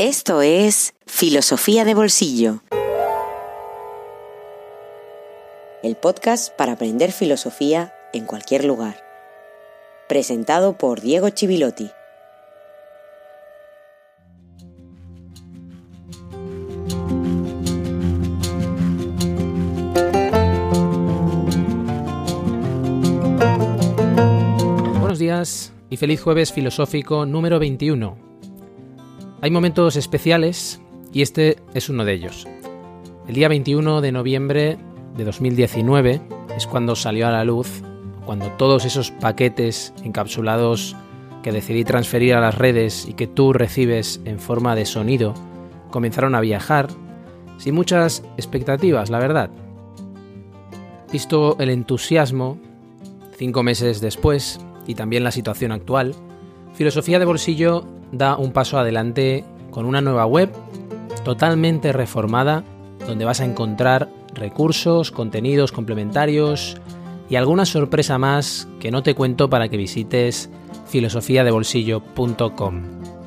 Esto es Filosofía de Bolsillo, el podcast para aprender filosofía en cualquier lugar. Presentado por Diego Chivilotti. Buenos días y feliz jueves filosófico número 21. Hay momentos especiales y este es uno de ellos. El día 21 de noviembre de 2019 es cuando salió a la luz, cuando todos esos paquetes encapsulados que decidí transferir a las redes y que tú recibes en forma de sonido comenzaron a viajar sin muchas expectativas, la verdad. Visto el entusiasmo, 5 meses después, y también la situación actual, Filosofía de Bolsillo da un paso adelante con una nueva web totalmente reformada donde vas a encontrar recursos, contenidos complementarios y alguna sorpresa más que no te cuento para que visites filosofiadebolsillo.com.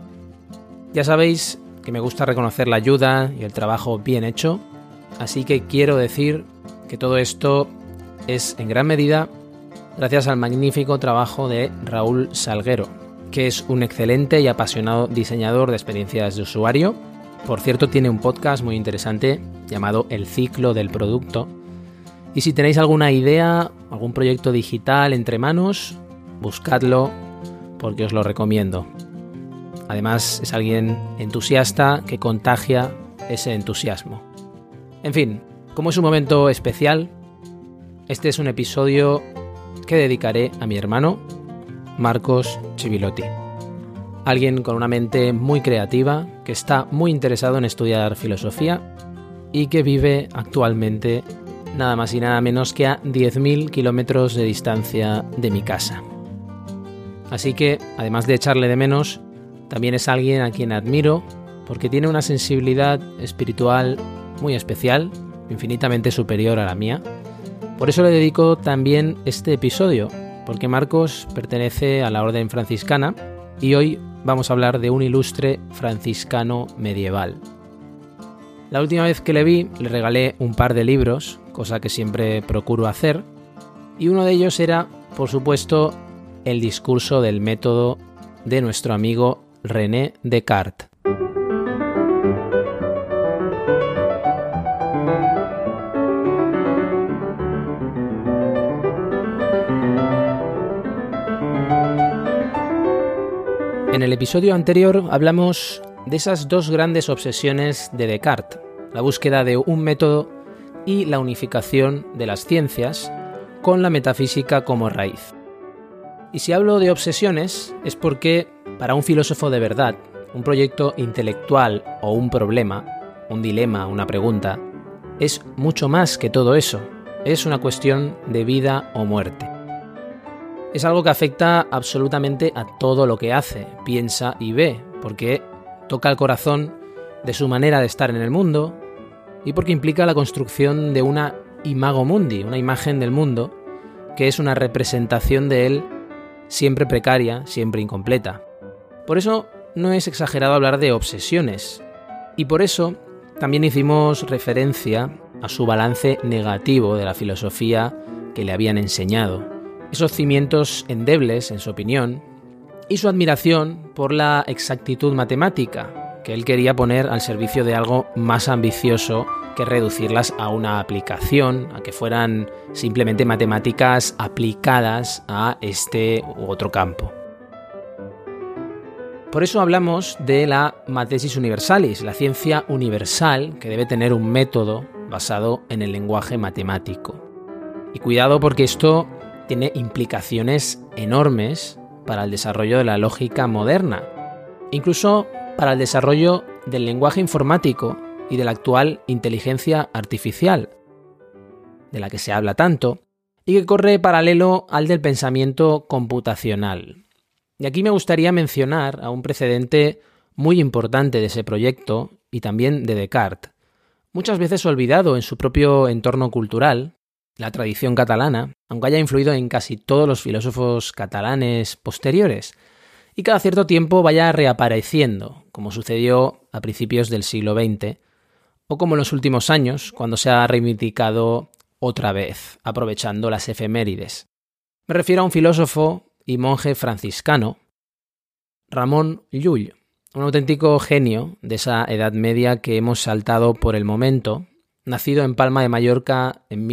Ya sabéis que me gusta reconocer la ayuda y el trabajo bien hecho, así que quiero decir que todo esto es en gran medida gracias al magnífico trabajo de Raúl Salguero, que es un excelente y apasionado diseñador de experiencias de usuario. Por cierto, tiene un podcast muy interesante llamado El Ciclo del Producto. Y si tenéis alguna idea, algún proyecto digital entre manos, buscadlo porque os lo recomiendo. Además, es alguien entusiasta que contagia ese entusiasmo. En fin, como es un momento especial, este es un episodio que dedicaré a mi hermano, Marcos Chivilotti. Alguien con una mente muy creativa, que está muy interesado en estudiar filosofía y que vive actualmente nada más y nada menos que a 10.000 kilómetros de distancia de mi casa. Así que, además de echarle de menos, también es alguien a quien admiro porque tiene una sensibilidad espiritual muy especial, infinitamente superior a la mía. Por eso le dedico también este episodio, porque Marcos pertenece a la Orden Franciscana y hoy vamos a hablar de un ilustre franciscano medieval. La última vez que le vi le regalé un par de libros, cosa que siempre procuro hacer, y uno de ellos era, por supuesto, El discurso del método de nuestro amigo René Descartes. En el episodio anterior hablamos de esas dos grandes obsesiones de Descartes, la búsqueda de un método y la unificación de las ciencias con la metafísica como raíz. Y si hablo de obsesiones es porque para un filósofo de verdad, un proyecto intelectual o un problema, un dilema, una pregunta, es mucho más que todo eso, es una cuestión de vida o muerte. Es algo que afecta absolutamente a todo lo que hace, piensa y ve, porque toca el corazón de su manera de estar en el mundo y porque implica la construcción de una imago mundi, una imagen del mundo, que es una representación de él siempre precaria, siempre incompleta. Por eso no es exagerado hablar de obsesiones, y por eso también hicimos referencia a su balance negativo de la filosofía que le habían enseñado, esos cimientos endebles, en su opinión, y su admiración por la exactitud matemática, que él quería poner al servicio de algo más ambicioso que reducirlas a una aplicación, a que fueran simplemente matemáticas aplicadas a este u otro campo. Por eso hablamos de la Matesis Universalis, la ciencia universal que debe tener un método basado en el lenguaje matemático. Y cuidado porque esto tiene implicaciones enormes para el desarrollo de la lógica moderna, incluso para el desarrollo del lenguaje informático y de la actual inteligencia artificial, de la que se habla tanto, y que corre paralelo al del pensamiento computacional. Y aquí me gustaría mencionar a un precedente muy importante de ese proyecto y también de Descartes, muchas veces olvidado en su propio entorno cultural, la tradición catalana, aunque haya influido en casi todos los filósofos catalanes posteriores, y cada cierto tiempo vaya reapareciendo, como sucedió a principios del siglo XX, o como en los últimos años, cuando se ha reivindicado otra vez, aprovechando las efemérides. Me refiero a un filósofo y monje franciscano, Ramon Llull, un auténtico genio de esa Edad Media que hemos saltado por el momento, nacido en Palma de Mallorca en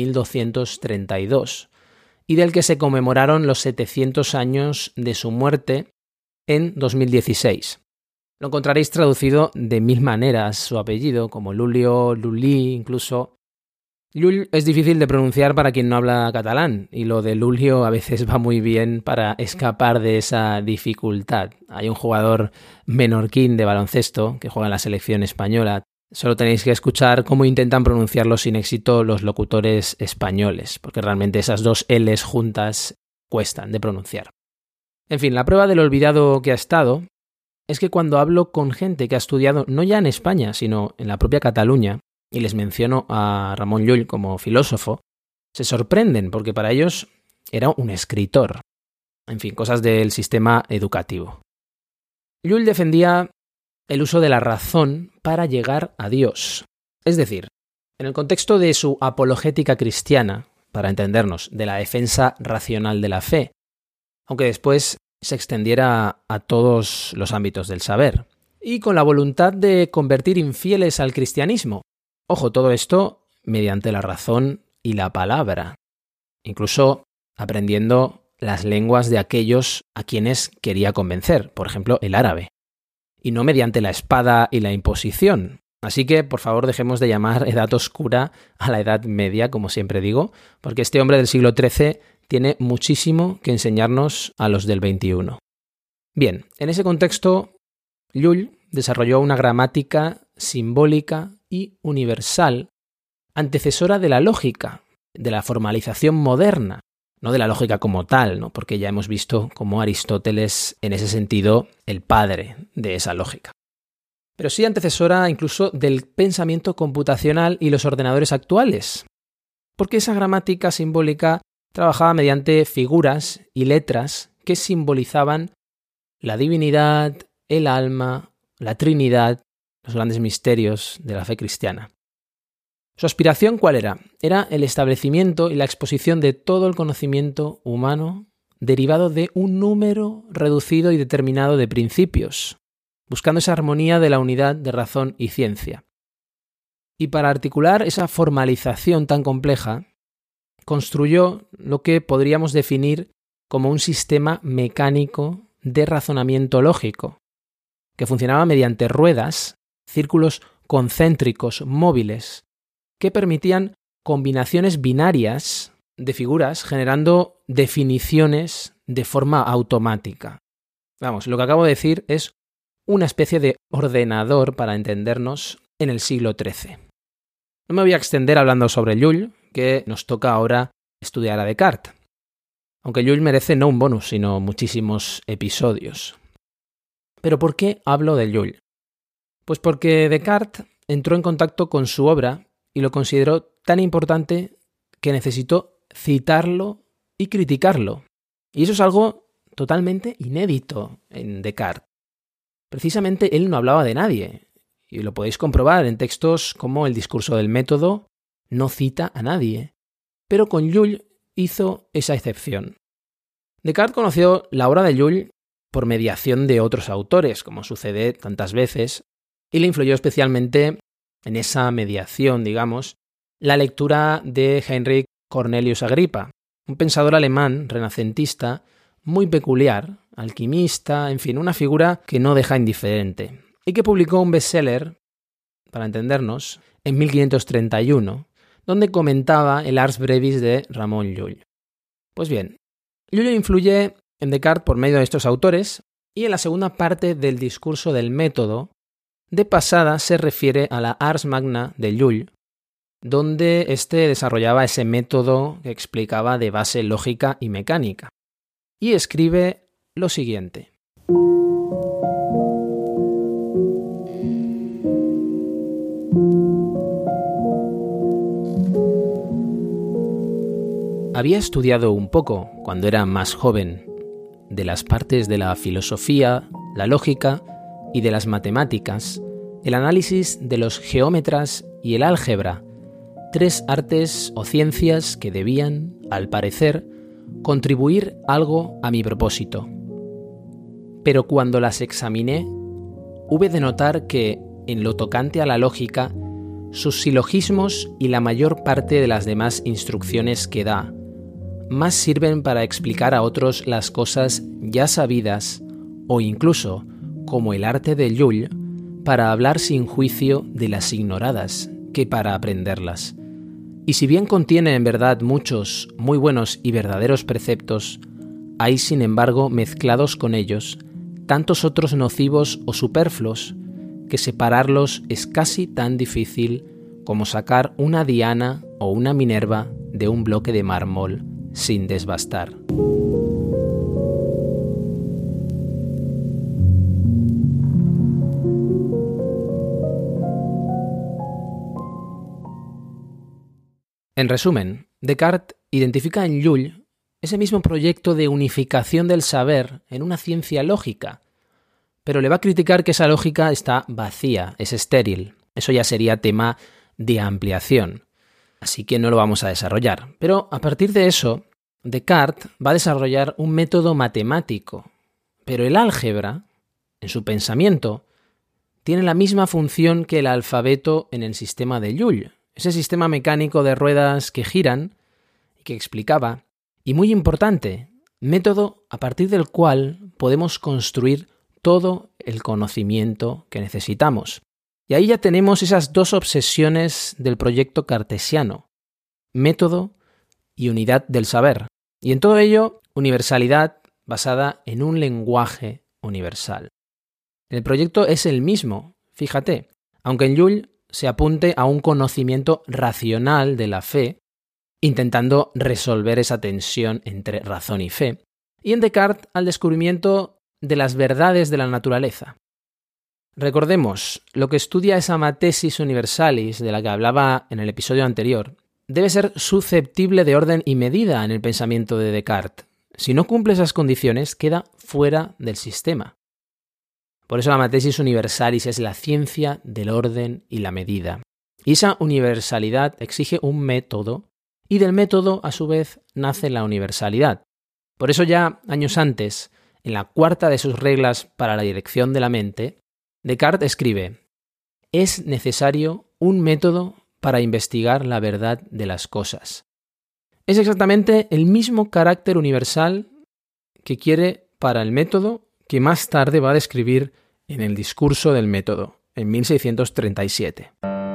1232, y del que se conmemoraron los 700 años de su muerte en 2016. Lo encontraréis traducido de mil maneras, su apellido, como Lulio, Lulí, incluso. Llull es difícil de pronunciar para quien no habla catalán, y lo de Lulio a veces va muy bien para escapar de esa dificultad. Hay un jugador menorquín de baloncesto que juega en la selección española. Solo tenéis que escuchar cómo intentan pronunciarlo sin éxito los locutores españoles, porque realmente esas dos L's juntas cuestan de pronunciar. En fin, la prueba del olvidado que ha estado es que cuando hablo con gente que ha estudiado no ya en España, sino en la propia Cataluña, y les menciono a Ramon Llull como filósofo, se sorprenden porque para ellos era un escritor. En fin, cosas del sistema educativo. Llull defendía el uso de la razón para llegar a Dios. Es decir, en el contexto de su apologética cristiana, para entendernos, de la defensa racional de la fe, aunque después se extendiera a todos los ámbitos del saber, y con la voluntad de convertir infieles al cristianismo. Ojo, todo esto mediante la razón y la palabra, incluso aprendiendo las lenguas de aquellos a quienes quería convencer, por ejemplo, el árabe, y no mediante la espada y la imposición. Así que, por favor, dejemos de llamar Edad Oscura a la Edad Media, como siempre digo, porque este hombre del siglo XIII tiene muchísimo que enseñarnos a los del XXI. Bien, en ese contexto, Llull desarrolló una gramática simbólica y universal, antecesora de la lógica, de la formalización moderna, no de la lógica como tal, ¿no? Porque ya hemos visto cómo Aristóteles, en ese sentido, el padre de esa lógica. Pero sí antecesora incluso del pensamiento computacional y los ordenadores actuales, porque esa gramática simbólica trabajaba mediante figuras y letras que simbolizaban la divinidad, el alma, la Trinidad, los grandes misterios de la fe cristiana. ¿Su aspiración cuál era? Era el establecimiento y la exposición de todo el conocimiento humano derivado de un número reducido y determinado de principios, buscando esa armonía de la unidad de razón y ciencia. Y para articular esa formalización tan compleja, construyó lo que podríamos definir como un sistema mecánico de razonamiento lógico, que funcionaba mediante ruedas, círculos concéntricos móviles, que permitían combinaciones binarias de figuras generando definiciones de forma automática. Vamos, lo que acabo de decir es una especie de ordenador para entendernos en el siglo XIII. No me voy a extender hablando sobre Llull, que nos toca ahora estudiar a Descartes. Aunque Llull merece no un bonus, sino muchísimos episodios. ¿Pero por qué hablo de Llull? Pues porque Descartes entró en contacto con su obra y lo consideró tan importante que necesitó citarlo y criticarlo. Y eso es algo totalmente inédito en Descartes. Precisamente él no hablaba de nadie, y lo podéis comprobar en textos como el discurso del método, no cita a nadie. Pero con Llull hizo esa excepción. Descartes conoció la obra de Llull por mediación de otros autores, como sucede tantas veces, y le influyó especialmente en esa mediación, digamos, la lectura de Heinrich Cornelius Agrippa, un pensador alemán renacentista muy peculiar, alquimista, en fin, una figura que no deja indiferente, y que publicó un bestseller, para entendernos, en 1531, donde comentaba el Ars Brevis de Ramon Llull. Pues bien, Llull influye en Descartes por medio de estos autores, y en la segunda parte del discurso del método, de pasada se refiere a la Ars Magna de Llull, donde éste desarrollaba ese método que explicaba de base lógica y mecánica. Y escribe lo siguiente. Había estudiado un poco cuando era más joven de las partes de la filosofía, la lógica y de las matemáticas, el análisis de los geómetras y el álgebra, 3 artes o ciencias que debían, al parecer, contribuir algo a mi propósito. Pero cuando las examiné, hube de notar que, en lo tocante a la lógica, sus silogismos y la mayor parte de las demás instrucciones que da, más sirven para explicar a otros las cosas ya sabidas, o incluso, como el arte de Llull, para hablar sin juicio de las ignoradas, que para aprenderlas. Y si bien contiene en verdad muchos muy buenos y verdaderos preceptos, hay sin embargo mezclados con ellos tantos otros nocivos o superfluos que separarlos es casi tan difícil como sacar una Diana o una Minerva de un bloque de mármol sin desbastar. En resumen, Descartes identifica en Llull ese mismo proyecto de unificación del saber en una ciencia lógica, pero le va a criticar que esa lógica está vacía, es estéril. Eso ya sería tema de ampliación, así que no lo vamos a desarrollar. Pero a partir de eso, Descartes va a desarrollar un método matemático, pero el álgebra, en su pensamiento, tiene la misma función que el alfabeto en el sistema de Llull, ese sistema mecánico de ruedas que giran y que explicaba, y muy importante, método a partir del cual podemos construir todo el conocimiento que necesitamos. Y ahí ya tenemos esas 2 obsesiones del proyecto cartesiano, método y unidad del saber. Y en todo ello, universalidad basada en un lenguaje universal. El proyecto es el mismo, fíjate, aunque en Llull se apunte a un conocimiento racional de la fe, intentando resolver esa tensión entre razón y fe, y en Descartes al descubrimiento de las verdades de la naturaleza. Recordemos, lo que estudia esa matesis universalis de la que hablaba en el episodio anterior, debe ser susceptible de orden y medida en el pensamiento de Descartes. Si no cumple esas condiciones, queda fuera del sistema. Por eso la matesis universalis es la ciencia del orden y la medida. Y esa universalidad exige un método, y del método, a su vez, nace la universalidad. Por eso ya años antes, en la 4ª de sus reglas para la dirección de la mente, Descartes escribe: «Es necesario un método para investigar la verdad de las cosas». Es exactamente el mismo carácter universal que quiere para el método que más tarde va a describir en el discurso del método, en 1637.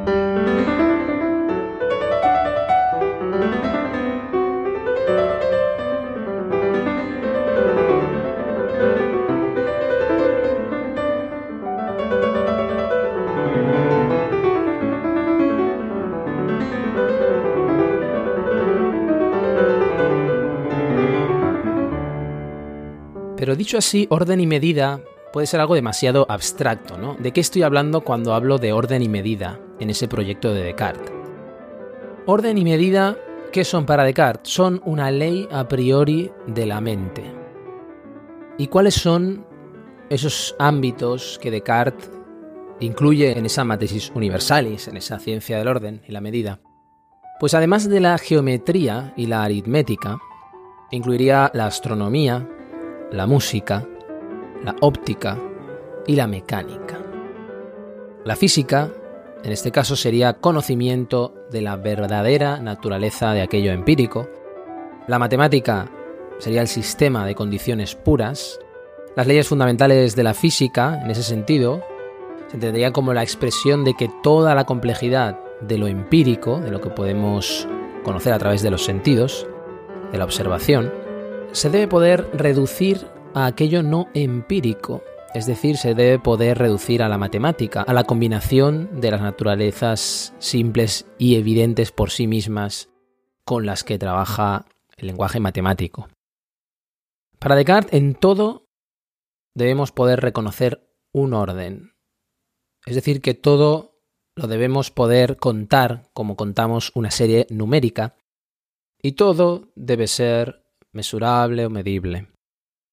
Pero dicho así, orden y medida puede ser algo demasiado abstracto, ¿no? ¿De qué estoy hablando cuando hablo de orden y medida en ese proyecto de Descartes? Orden y medida, ¿qué son para Descartes? Son una ley a priori de la mente. ¿Y cuáles son esos ámbitos que Descartes incluye en esa matesis universalis, en esa ciencia del orden y la medida? Pues además de la geometría y la aritmética, incluiría la astronomía, la música, la óptica y la mecánica. La física, en este caso, sería conocimiento de la verdadera naturaleza de aquello empírico. La matemática sería el sistema de condiciones puras. Las leyes fundamentales de la física, en ese sentido, se entenderían como la expresión de que toda la complejidad de lo empírico, de lo que podemos conocer a través de los sentidos, de la observación, se debe poder reducir a aquello no empírico, es decir, se debe poder reducir a la matemática, a la combinación de las naturalezas simples y evidentes por sí mismas con las que trabaja el lenguaje matemático. Para Descartes, en todo debemos poder reconocer un orden, es decir, que todo lo debemos poder contar como contamos una serie numérica, y todo debe ser mesurable o medible.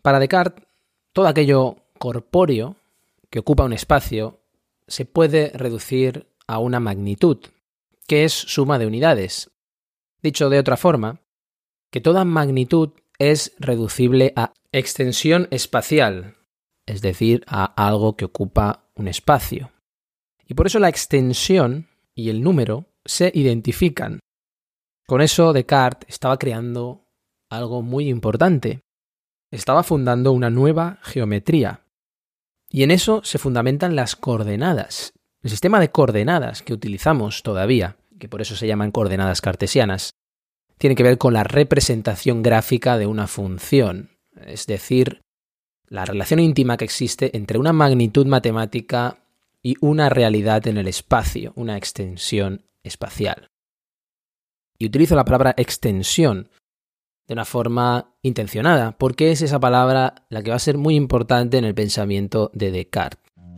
Para Descartes, todo aquello corpóreo que ocupa un espacio se puede reducir a una magnitud, que es suma de unidades. Dicho de otra forma, que toda magnitud es reducible a extensión espacial, es decir, a algo que ocupa un espacio. Y por eso la extensión y el número se identifican. Con eso Descartes estaba creando algo muy importante. Estaba fundando una nueva geometría. Y en eso se fundamentan las coordenadas. El sistema de coordenadas que utilizamos todavía, que por eso se llaman coordenadas cartesianas, tiene que ver con la representación gráfica de una función, es decir, la relación íntima que existe entre una magnitud matemática y una realidad en el espacio, una extensión espacial. Y utilizo la palabra extensión de una forma intencionada, porque es esa palabra la que va a ser muy importante en el pensamiento de Descartes.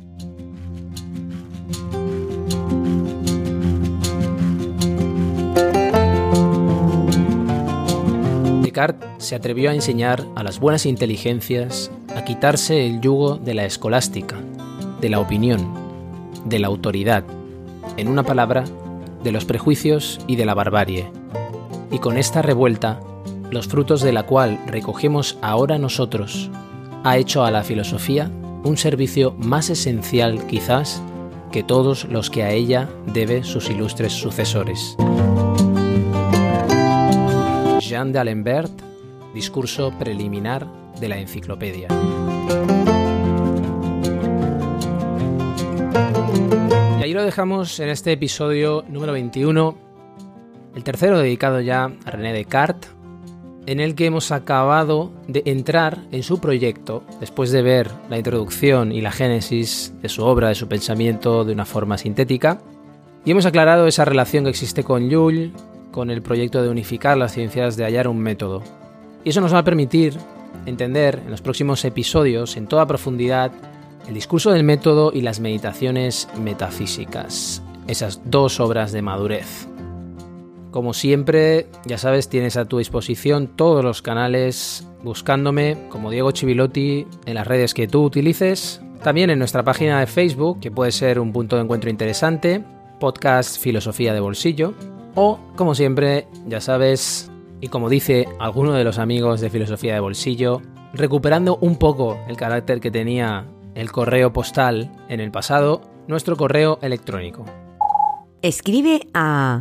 Descartes se atrevió a enseñar a las buenas inteligencias a quitarse el yugo de la escolástica, de la opinión, de la autoridad, en una palabra, de los prejuicios y de la barbarie. Y con esta revuelta, los frutos de la cual recogemos ahora nosotros, ha hecho a la filosofía un servicio más esencial quizás que todos los que a ella debe sus ilustres sucesores. Jean d'Alembert, discurso preliminar de la enciclopedia. Y ahí lo dejamos en este episodio número 21, el tercero dedicado ya a René Descartes, en el que hemos acabado de entrar en su proyecto, después de ver la introducción y la génesis de su obra, de su pensamiento de una forma sintética, y hemos aclarado esa relación que existe con Joule, con el proyecto de unificar las ciencias, de hallar un método. Y eso nos va a permitir entender en los próximos episodios, en toda profundidad, el discurso del método y las meditaciones metafísicas, esas dos obras de madurez. Como siempre, ya sabes, tienes a tu disposición todos los canales buscándome como Diego Chivilotti en las redes que tú utilices. También en nuestra página de Facebook, que puede ser un punto de encuentro interesante, podcast Filosofía de Bolsillo. O, como siempre, ya sabes, y como dice alguno de los amigos de Filosofía de Bolsillo, recuperando un poco el carácter que tenía el correo postal en el pasado, nuestro correo electrónico. Escribe a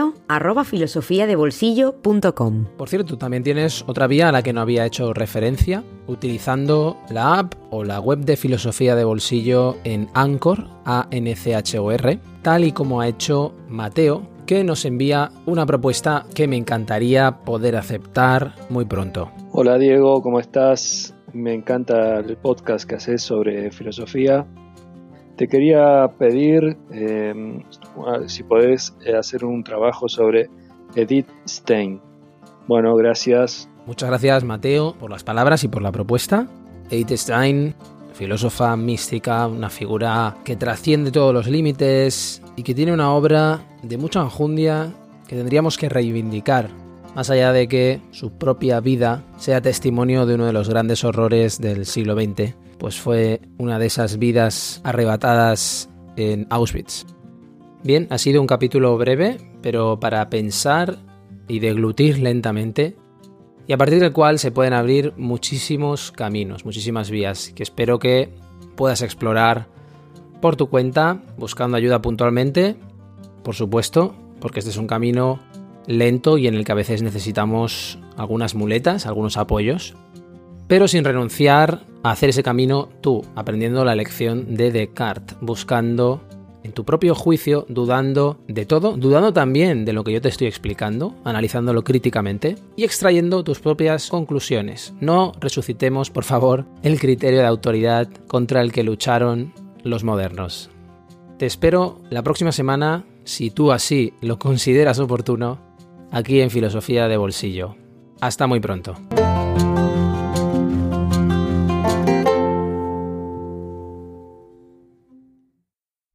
correo@filosofiadebolsillo.com. Por cierto, también tienes otra vía a la que no había hecho referencia, utilizando la app o la web de Filosofía de Bolsillo en Anchor, ANCHOR, tal y como ha hecho Mateo, que nos envía una propuesta que me encantaría poder aceptar muy pronto. Hola Diego, ¿cómo estás? Me encanta el podcast que haces sobre filosofía. Te quería pedir si podés hacer un trabajo sobre Edith Stein. Bueno, gracias. Muchas gracias, Mateo, por las palabras y por la propuesta. Edith Stein, filósofa mística, una figura que trasciende todos los límites y que tiene una obra de mucha enjundia que tendríamos que reivindicar, más allá de que su propia vida sea testimonio de uno de los grandes horrores del siglo XX, pues fue una de esas vidas arrebatadas en Auschwitz. Bien, ha sido un capítulo breve, pero para pensar y deglutir lentamente, y a partir del cual se pueden abrir muchísimos caminos, muchísimas vías, que espero que puedas explorar por tu cuenta, buscando ayuda puntualmente, por supuesto, porque este es un camino lento y en el que a veces necesitamos algunas muletas, algunos apoyos, pero sin renunciar a hacer ese camino tú, aprendiendo la lección de Descartes, buscando en tu propio juicio, dudando de todo, dudando también de lo que yo te estoy explicando, analizándolo críticamente y extrayendo tus propias conclusiones. No resucitemos, por favor, el criterio de autoridad contra el que lucharon los modernos. Te espero la próxima semana, si tú así lo consideras oportuno, aquí en Filosofía de Bolsillo. Hasta muy pronto.